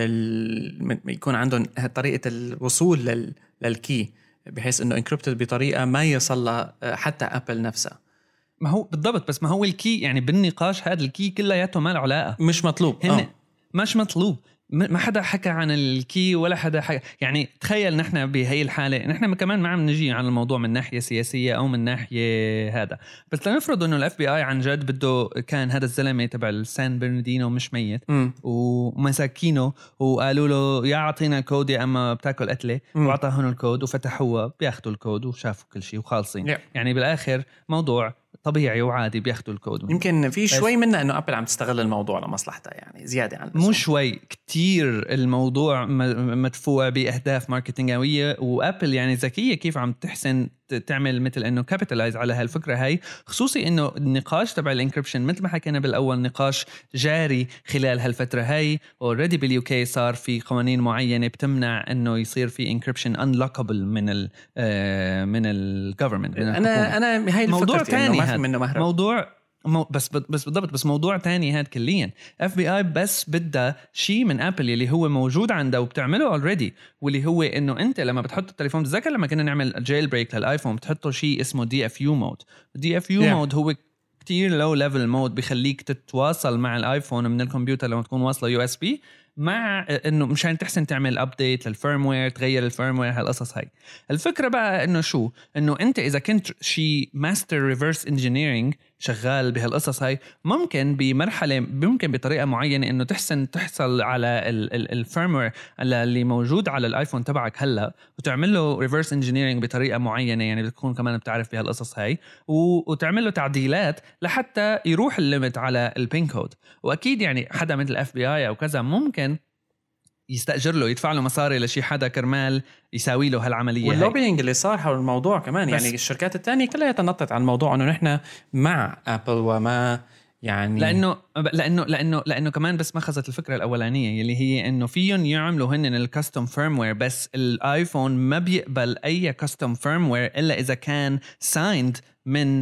يكون عندهم طريقة الوصول للكي، بحيث أنه انكريبتد بطريقة ما يصل حتى أبل نفسها. ما هو بالضبط، بس ما هو الكي يعني بالنقاش هذا الكي كلياته ما له علاقة، مش مطلوب. مش مطلوب، ما حدا حكى عن الكي ولا حدا حكى. يعني تخيل نحن بهي الحالة نحن كمان ما عم نجي عن الموضوع من ناحية سياسية أو من ناحية هذا، بس لنفرض إنه الاف بي اي عن جد بده كان هذا الزلمة تبع السان برناردينو مش ميت ومساكينه وقالوا له يا عطينا الكود يا أما بتاكل قتلة، وعطاهم الكود وفتحوها بياخدوا الكود وشافوا كل شيء وخالصين. يعني بالآخر موضوع طبيعي وعادي بياخدوا الكود. يمكن في شوي منها انه ابل عم تستغل الموضوع لمصلحتها، يعني زياده عن مو شوي، كتير الموضوع مدفوع باهداف ماركتينجويه، وابل يعني ذكيه كيف عم تحسن تعمل مثل انه كابيتالايز على هالفكره هاي. خصوصي انه النقاش تبع الانكريبشن مثل ما حكينا بالاول نقاش جاري خلال هالفتره هاي. اوريدي باليو كي صار في قوانين معينه بتمنع انه يصير في انكريبشن انلوكابل من الجفرمنت. انا هاي موضوع ثاني، موضوع بس بالضبط، بس موضوع تاني هاد كليا. اف بي اي بس بدها شيء من ابل اللي هو موجود عندها وبتعمله اوريدي، واللي هو انه انت لما بتحط التليفون، بتذكر لما كنا نعمل جيل بريك للايفون بتحطه شيء اسمه دي اف يو مود. دي اف يو مود هو كتير لو ليفل مود بيخليك تتواصل مع الايفون من الكمبيوتر لما تكون واصله يو اس بي، مع انه مشان تحسن تعمل ابديت للفيرموير، تغير الفيرموير، هالقصص هاي. الفكره بقى انه شو، انه انت اذا كنت شي ماستر ريفرس انجينيرينج شغال بهالقصص هاي، ممكن بمرحله ممكن بطريقه معينه انه تحصل على الفيرموير اللي موجود على الايفون تبعك هلا، وتعمل له ريفرس انجينيرينج بطريقه معينه، يعني بتكون كمان بتعرف بهالقصص هاي، وتعمل له تعديلات لحتى يروح الليمت على البين كود. واكيد يعني حدا مثل الاف بي اي او كذا ممكن يستأجر له يدفع له مصاري لشي حدا كرمال يساوي له هالعملية. واللوبينج اللي صار حول الموضوع كمان، يعني الشركات التانية كلها تنطت عن الموضوع انه نحن مع ابل وما يعني لانه كمان بس ما خذت الفكره الاولانيه اللي هي انه فيهم يعملوا هن الكاستم فيرموير، بس الايفون ما بيقبل اي كاستم فيرموير الا اذا كان سايند من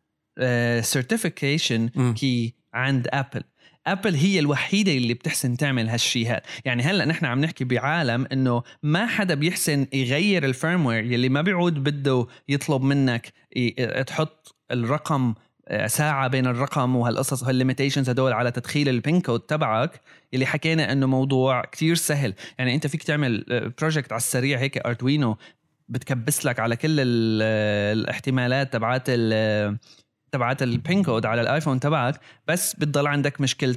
سيرتيفيكيشن كي عند ابل هي الوحيده اللي بتحسن تعمل هالشيء هذا. يعني هلا نحن عم نحكي بعالم انه ما حدا بيحسن يغير الفيرموير يلي ما بيعود بده يطلب منك تحط الرقم ساعة بين الرقم وهالقصص وهالليميتيشنز هدول على تدخيل البين كود تبعك، اللي حكينا انه موضوع كتير سهل. يعني انت فيك تعمل بروجكت على السريع هيك اردوينو بتكبس لك على كل الاحتمالات تبعات البين كود على الايفون تبعك، بس بتضل عندك مشكلة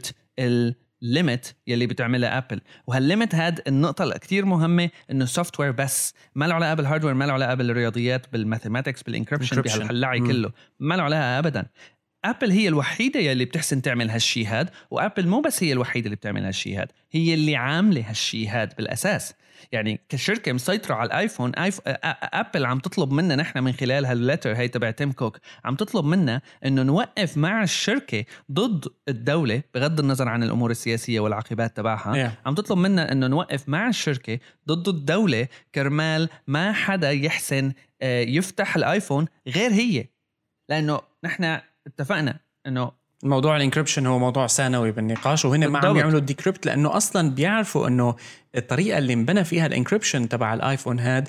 الليمت يلي بتعملها ابل. وهالليمت هاد النقطة الكتير مهمة، انه سوفت وير بس، ما له علاقة بالهاردوير، ما له علاقة بالرياضيات، بالماثيماتكس، بالانكربشن، بهالحلاعي كله ما له علاقة ابدا. ابل هي الوحيدة يلي بتحسن تعمل هالشي هاد، وابل مو بس هي الوحيدة اللي بتعمل هالشي هاد، هي اللي عاملة هالشي هاد بالاساس. يعني كشركة مسيطرة على الايفون. ابل عم تطلب منا نحن من خلال هاللتر هي تبع تيم كوك، عم تطلب منا انه نوقف مع الشركة ضد الدولة بغض النظر عن الامور السياسية والعقبات تبعها. عم تطلب منا انه نوقف مع الشركة ضد الدولة كرمال ما حدا يحسن يفتح الايفون غير هي، لانه نحن اتفقنا انه موضوع الانكريبشن هو موضوع ثانوي بالنقاش، وهنا ما عم يعملوا الديكريبت لانه اصلا بيعرفوا انه الطريقه اللي انبنى فيها الانكريبشن تبع الايفون هاد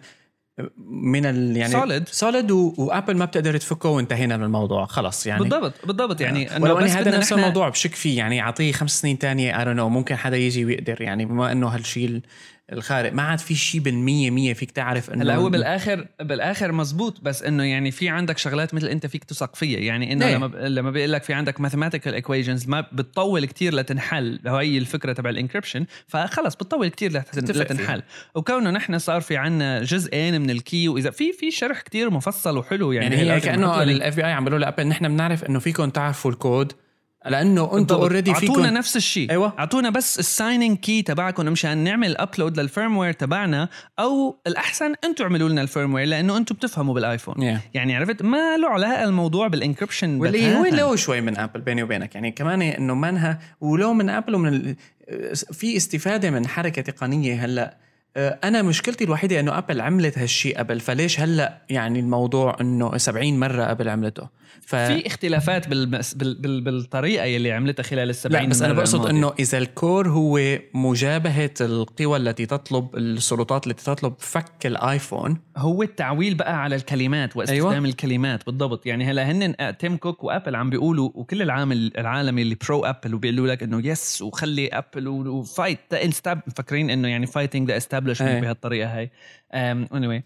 من يعني سوليد وابل ما بتقدر تفكه، وانتهينا من الموضوع خلص. يعني بالضبط يعني ولو اني هذا نفس الموضوع بشك فيه، يعني اعطيه 5 سنين تانية I don't know، ممكن حدا يجي ويقدر، يعني بما انه هالشيء الخارق ما عاد في شيء بالمية فيك تعرف انه هلا هو بالاخر مزبوط، بس انه يعني في عندك شغلات مثل انت فيك تثق فيها. يعني انه لما بيقول لك في عندك mathematical equations ما بتطول كتير لتنحل، هي الفكره تبع الانكريبشن، فخلص بتطول كتير لتنحل. وكونه نحن صار في عنا جزئين من الكي، واذا في شرح كتير مفصل وحلو، يعني هي كانه الاف بي اي عم بيقولوا لابل نحن بنعرف انه فيكم تعرفوا الكود لانه انتم اوريدي فيكم اعطونا نفس الشيء. أيوة. اعطونا بس السايننج كي تبعكم مشان نعمل ابلود للفيرموير تبعنا، او الاحسن انتم اعملوا لنا الفيرموير لانه انتم بتفهموا بالايفون. يعني عرفت ما له علاقه الموضوع بالانكربشن، واللي هو لو شوي من ابل بيني وبينك، يعني كمان انه منها ولو من ابل ومن في استفاده من حركه تقنيه. هلا انا مشكلتي الوحيده انه ابل عملت هالشيء قبل، فليش هلا يعني الموضوع انه 70 مره قبل عملته؟ في اختلافات بالطريقه اللي عملتها خلال ال70. لا بس انا بقصد انه اذا الكور هو مجابهه القوى التي تطلب السلطات التي تطلب فك الايفون، هو التعويل بقى على الكلمات واستخدام أيوة. الكلمات بالضبط. يعني هلا هن تيم كوك وابل عم بيقولوا، وكل العالم اللي برو ابل وبيقولوا لك انه يس وخلي ابل وفايت مفكرين انه يعني فايتنج ذا استابلشمنت بهالطريقه هاي. anyway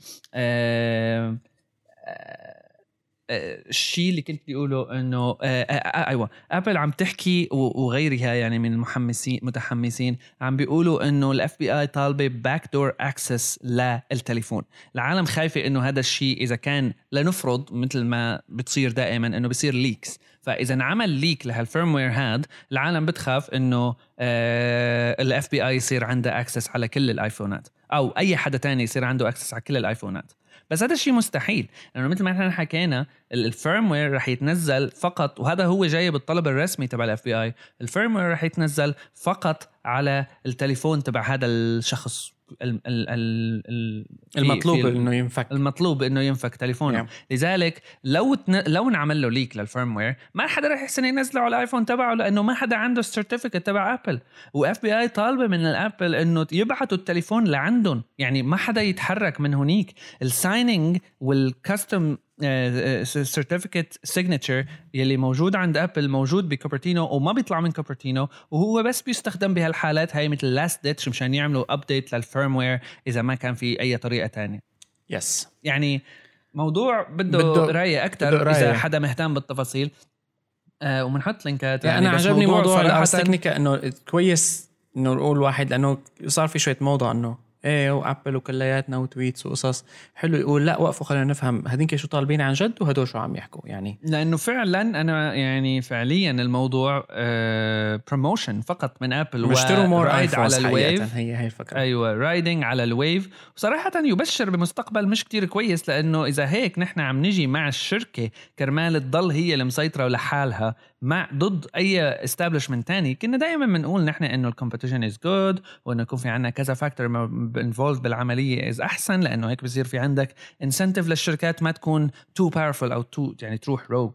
الشيء اللي كنت بيقوله انه ايوه ابل عم تحكي وغيرها يعني من متحمسين عم بيقولوا انه الاف بي اي طالبه باك دور اكسس للتليفون. العالم خايفه انه هذا الشيء اذا كان لنفرض مثل ما بتصير دائما انه بيصير ليكس، فاذا انعمل ليك لهالفيرموير هاد العالم بتخاف انه الاف بي اي يصير عنده اكسس على كل الايفونات، او اي حدا تاني يصير عنده اكسس على كل الايفونات. بس هذا الشيء مستحيل، لانه مثل ما احنا حكينا الفيرموير رح يتنزل فقط، وهذا هو جاي بالطلب الرسمي تبع الاف بي اي، الفيرموير رح يتنزل فقط على التليفون تبع هذا الشخص المطلوب انه ينفك، المطلوب انه ينفك تليفونه. لذلك لو نعمل له ليك للفيرموير ما حدا رح يحسن ينزله على الايفون تبعه، لانه ما حدا عنده السيرتيفيكت تبع ابل، واف بي اي طالبه من الابل انه يبعثوا التليفون لعندهم، يعني ما حدا يتحرك من هنيك. السايننج والكاستم سيرتيفيكت سيجنتشر يلي موجود عند ابل موجود بكوبرتينو وما بيطلع من كوبرتينو، وهو بس بيستخدم بهالحالات هاي مثل لاست ديتش مشان يعملوا ابديت للفيرموير اذا ما كان في اي طريقه تانية. يس يعني موضوع بده قرايه اكثر اذا حدا مهتم بالتفاصيل. ومنحط لينكات. يعني انا عجبني موضوع التكنيكا انه كويس انه نقول واحد، لانه صار في شويه موضه انه ايه وابل وكلياتنا وتويتس وقصص حلو يقول لا وقفوا خلينا نفهم هذين شو طالبين عن جد وهدول شو عم يحكوا يعني. لانه فعلا انا يعني فعليا الموضوع بروموشن فقط من ابل واشتروا مور رايد على الويف. هي الفكره. ايوه رايدنج على الويف. وصراحه يبشر بمستقبل مش كتير كويس لانه اذا هيك نحن عم نجي مع الشركه كرمال تضل هي المسيطره لحالها مع ضد اي استابلشمنت تاني. كنا دائما بنقول نحن انه الكومبيتيشن از جود وانه يكون في عندنا كذا فاكتور انفولد بالعمليه از احسن لانه هيك بصير في عندك انسنتيف للشركات ما تكون تو باورفul او تو يعني تروح روج.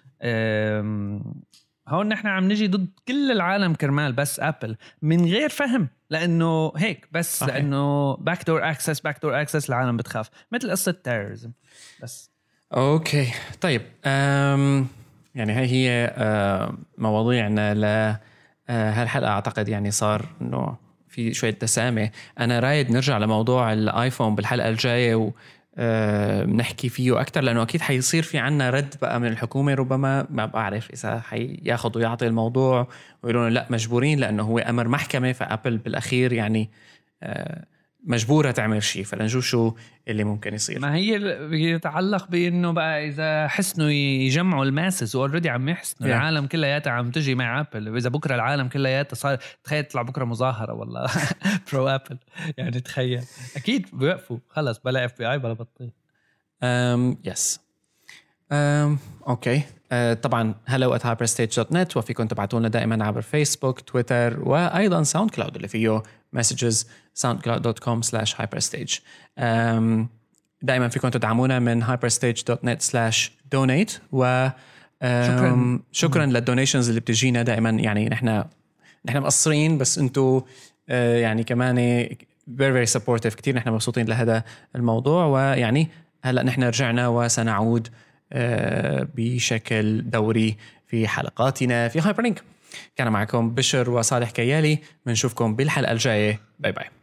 هون نحن عم نجي ضد كل العالم كرمال بس ابل من غير فهم لانه هيك بس صحيح. لانه باك دور اكسس العالم بتخاف مثل قصه تيروريزم بس. اوكي طيب يعني هي مواضيعنا هالحلقه اعتقد يعني صار انه في شويه دسامه. انا رايد نرجع لموضوع الايفون بالحلقه الجايه ونحكي فيه اكثر لانه اكيد حيصير في عنا رد بقى من الحكومه. ربما ما بعرف اذا حياخذ ويعطي الموضوع ويقولون لا مجبورين لانه هو امر محكمه فابل بالاخير يعني مجبورة تعمل شيء. فلنشوف شو اللي ممكن يصير. ما هي يتعلق بأنه بقى إذا حسنوا يجمعوا الماسس وأوريدي عم يحسنوا العالم كلياتها عم تجي مع أبل. وإذا بكرة العالم كلياتها صار تخيل تطلع بكرة مظاهرة والله برو أبل يعني تخيل أكيد بيوقفوا خلص بلا FBI بلا بطيء. يس أوكي. طبعا hello at hyperstage.net وفيكم تبعتوا لنا دائما عبر فيسبوك تويتر وأيضا ساوند كلاود اللي فيه messages soundcloud.com/hyperstage. دائما فيكم تدعمونا من hyperstage.net/donate و شكرا للدونيشنز اللي بتجينا دائما. يعني نحن مقصرين بس انتو يعني كمان very very supportive كتير. نحن مبسوطين لهذا الموضوع ويعني هلأ نحن رجعنا وسنعود بشكل دوري في حلقاتنا في هايبرلينك. كان معكم بشر وصالح كيالي. بنشوفكم بالحلقة الجاية. باي باي.